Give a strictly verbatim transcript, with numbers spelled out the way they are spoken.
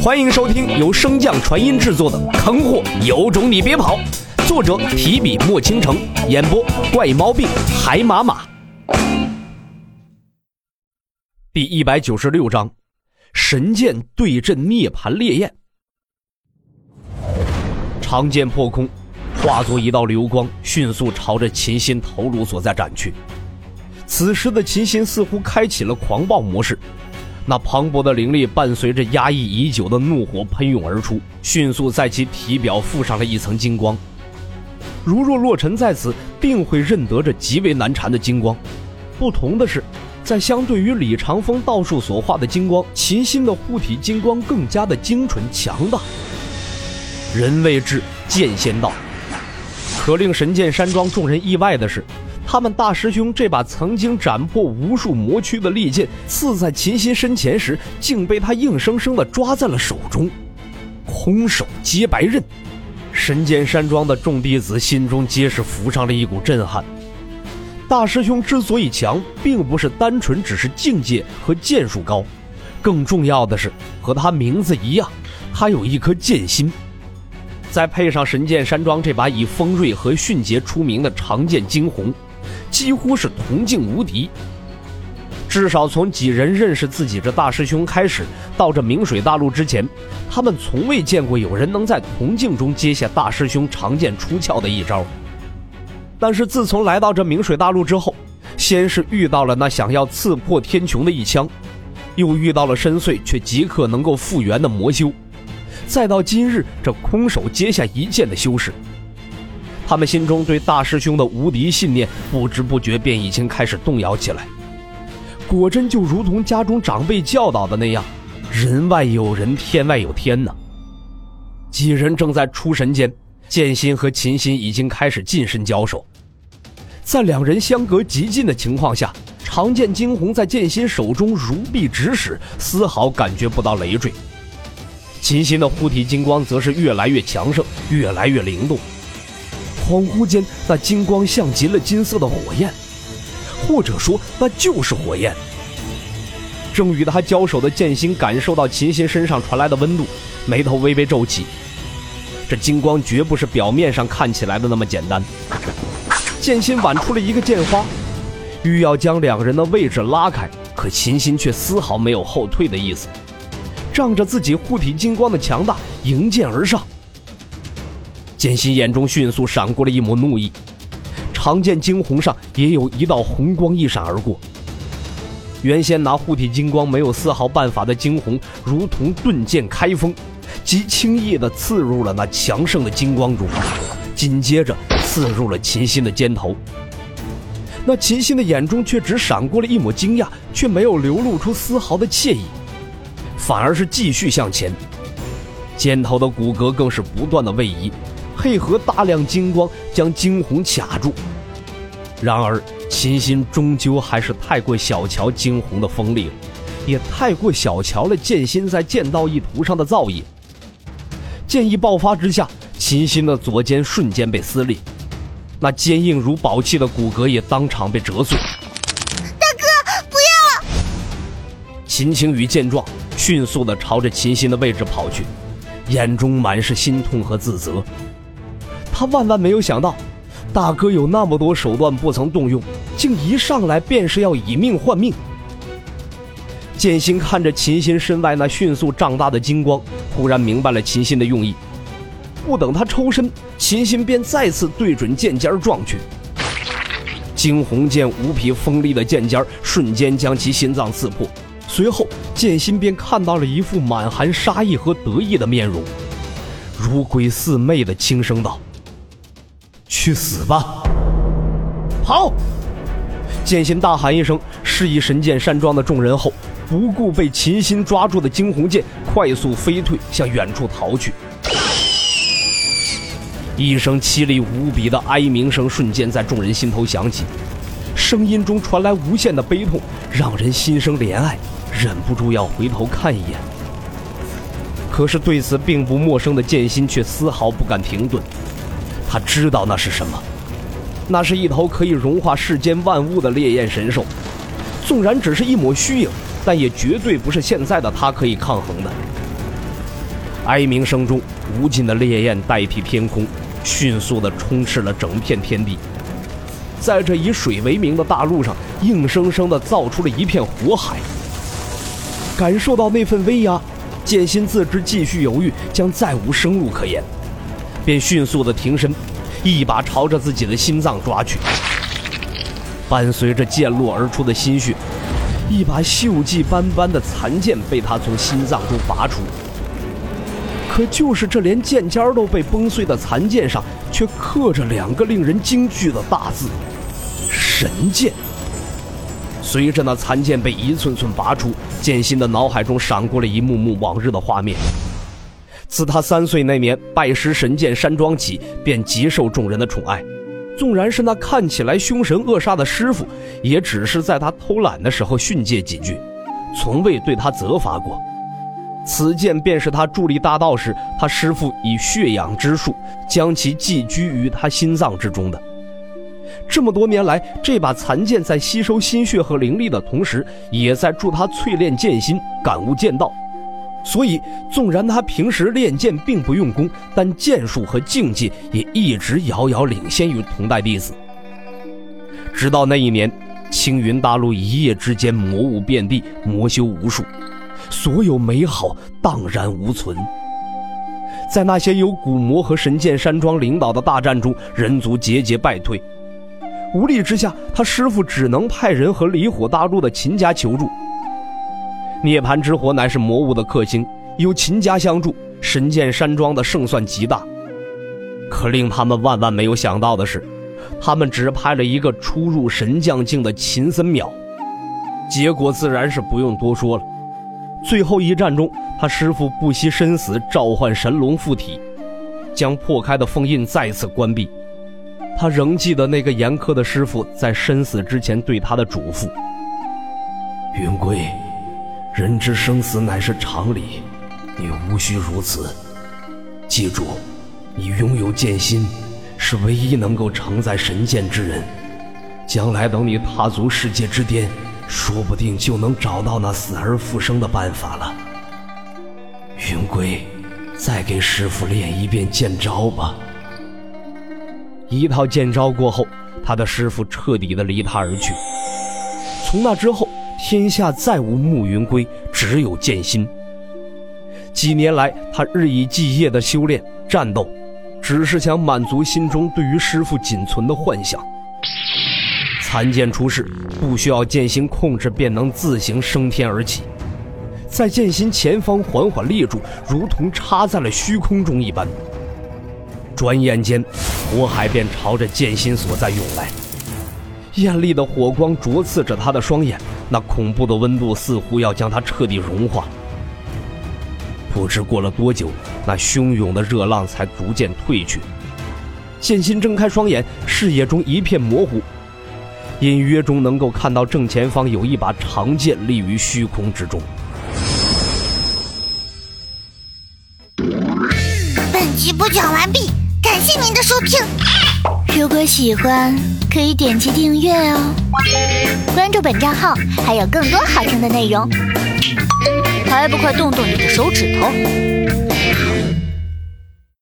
欢迎收听由升降传音制作的《坑货有种你别跑》，作者提笔墨倾城，演播怪毛病海马马。第一百九十六章，神剑对阵涅槃烈焰。长剑破空，化作一道流光，迅速朝着秦心头颅所在斩去。此时的秦心似乎开启了狂暴模式，那磅礴的灵力伴随着压抑已久的怒火喷涌而出，迅速在其体表附上了一层金光。如若洛尘在此，定会认得这极为难缠的金光。不同的是，在相对于李长风道术所化的金光，秦心的护体金光更加的精纯强大。人未至，剑先到。可令神剑山庄众人意外的是，他们大师兄这把曾经斩破无数魔躯的利剑，刺在秦心身前时，竟被他硬生生地抓在了手中。空手接白刃，神剑山庄的众弟子心中皆是浮上了一股震撼。大师兄之所以强，并不是单纯只是境界和剑术高，更重要的是和他名字一样，他有一颗剑心。再配上神剑山庄这把以锋锐和迅捷出名的长剑惊鸿，几乎是同境无敌。至少从几人认识自己这大师兄开始，到这明水大陆之前，他们从未见过有人能在同境中接下大师兄长剑出鞘的一招。但是自从来到这明水大陆之后，先是遇到了那想要刺破天穹的一枪，又遇到了深邃却即刻能够复原的魔修，再到今日这空手接下一剑的修士。他们心中对大师兄的无敌信念不知不觉便已经开始动摇起来。果真就如同家中长辈教导的那样，人外有人，天外有天呢。几人正在出神间，剑心和秦心已经开始近身交手。在两人相隔极近的情况下，长剑惊鸿在剑心手中如臂直使，丝毫感觉不到累赘。秦心的护体金光则是越来越强盛，越来越灵动。恍惚间，那金光像极了金色的火焰，或者说那就是火焰。正与他交手的剑心感受到秦心身上传来的温度，眉头微微皱起。这金光绝不是表面上看起来的那么简单。剑心挽出了一个剑花，欲要将两人的位置拉开，可秦心却丝毫没有后退的意思，仗着自己护体金光的强大，迎剑而上。剑心眼中迅速闪过了一抹怒意，长剑惊鸿上也有一道红光一闪而过。原先拿护体金光没有丝毫办法的惊鸿，如同盾剑开锋，极轻易地刺入了那强盛的金光中，紧接着刺入了秦心的肩头。那秦心的眼中却只闪过了一抹惊讶，却没有流露出丝毫的惬意，反而是继续向前。肩头的骨骼更是不断的位移，配合大量金光将惊鸿卡住。然而秦心终究还是太过小瞧惊鸿的锋利了，也太过小瞧了剑心在剑道一途上的造诣。剑意爆发之下，秦心的左肩瞬间被撕裂，那坚硬如宝器的骨骼也当场被折碎。 大哥，不要！ 秦青羽见状，迅速地朝着秦心的位置跑去，眼中满是心痛和自责。他万万没有想到，大哥有那么多手段不曾动用，竟一上来便是要以命换命。剑心看着秦心身外那迅速胀大的金光，忽然明白了秦心的用意。不等他抽身，秦心便再次对准剑尖撞去。惊鸿剑无匹锋利的剑尖瞬间将其心脏刺破，随后剑心便看到了一副满含杀意和得意的面容，如鬼似魅的轻声道：去死吧！跑！剑心大喊一声，示意神剑山庄的众人后，不顾被秦心抓住的惊鸿剑，快速飞退，向远处逃去。一声凄厉无比的哀鸣声瞬间在众人心头响起，声音中传来无限的悲痛，让人心生怜爱，忍不住要回头看一眼。可是对此并不陌生的剑心却丝毫不敢停顿，他知道那是什么，那是一头可以融化世间万物的烈焰神兽，纵然只是一抹虚影，但也绝对不是现在的他可以抗衡的。 哀鸣声中，无尽的烈焰代替天空，迅速地充斥了整片天地。在这以水为名的大陆上，硬生生地造出了一片火海。感受到那份威压，剑心自知继续犹豫将再无生路可言，便迅速地停身，一把朝着自己的心脏抓去。伴随着溅落而出的心血，一把锈迹斑斑的残剑被他从心脏中拔出。可就是这连剑尖都被崩碎的残剑上，却刻着两个令人惊惧的大字：神剑。随着那残剑被一寸寸拔出，剑心的脑海中闪过了一幕幕往日的画面。自他三岁那年拜师神剑山庄起，便极受众人的宠爱。纵然是那看起来凶神恶煞的师傅，也只是在他偷懒的时候训诫几句，从未对他责罚过。此剑便是他伫立大道时，他师父以血养之术将其寄居于他心脏之中的。这么多年来，这把残剑在吸收心血和灵力的同时，也在助他淬炼剑心，感悟剑道。所以纵然他平时练剑并不用功，但剑术和境界也一直遥遥领先于同代弟子。直到那一年，青云大陆一夜之间魔物遍地，魔修无数，所有美好荡然无存。在那些由古魔和神剑山庄领导的大战中，人族节节败退。无力之下，他师父只能派人和离火大陆的秦家求助。涅槃之火乃是魔物的克星，有秦家相助，神剑山庄的胜算极大。可令他们万万没有想到的是，他们只派了一个初入神将境的秦森淼，结果自然是不用多说了。最后一战中，他师父不惜身死，召唤神龙附体，将破开的封印再次关闭。他仍记得那个严苛的师父在身死之前对他的嘱咐：云归，人之生死乃是常理，你无需如此。记住，你拥有剑心，是唯一能够承载神剑之人。将来等你踏足世界之巅，说不定就能找到那死而复生的办法了。云归，再给师父练一遍剑招吧。一套剑招过后，他的师父彻底的离他而去。从那之后，天下再无慕云归，只有剑心。几年来，他日以继夜的修炼战斗，只是想满足心中对于师父仅存的幻想。残剑出世，不需要剑心控制便能自行升天而起，在剑心前方缓缓立住，如同插在了虚空中一般。转眼间，火海便朝着剑心所在涌来，艳丽的火光灼刺着他的双眼，那恐怖的温度似乎要将他彻底融化。不知过了多久，那汹涌的热浪才逐渐退去。剑心睁开双眼，视野中一片模糊，隐约中能够看到正前方有一把长剑立于虚空之中。 本集播讲完毕，感谢您的收听。 如果喜欢，可以点击订阅哦，关注本账号还有更多好听的内容。还不快动动你的手指头！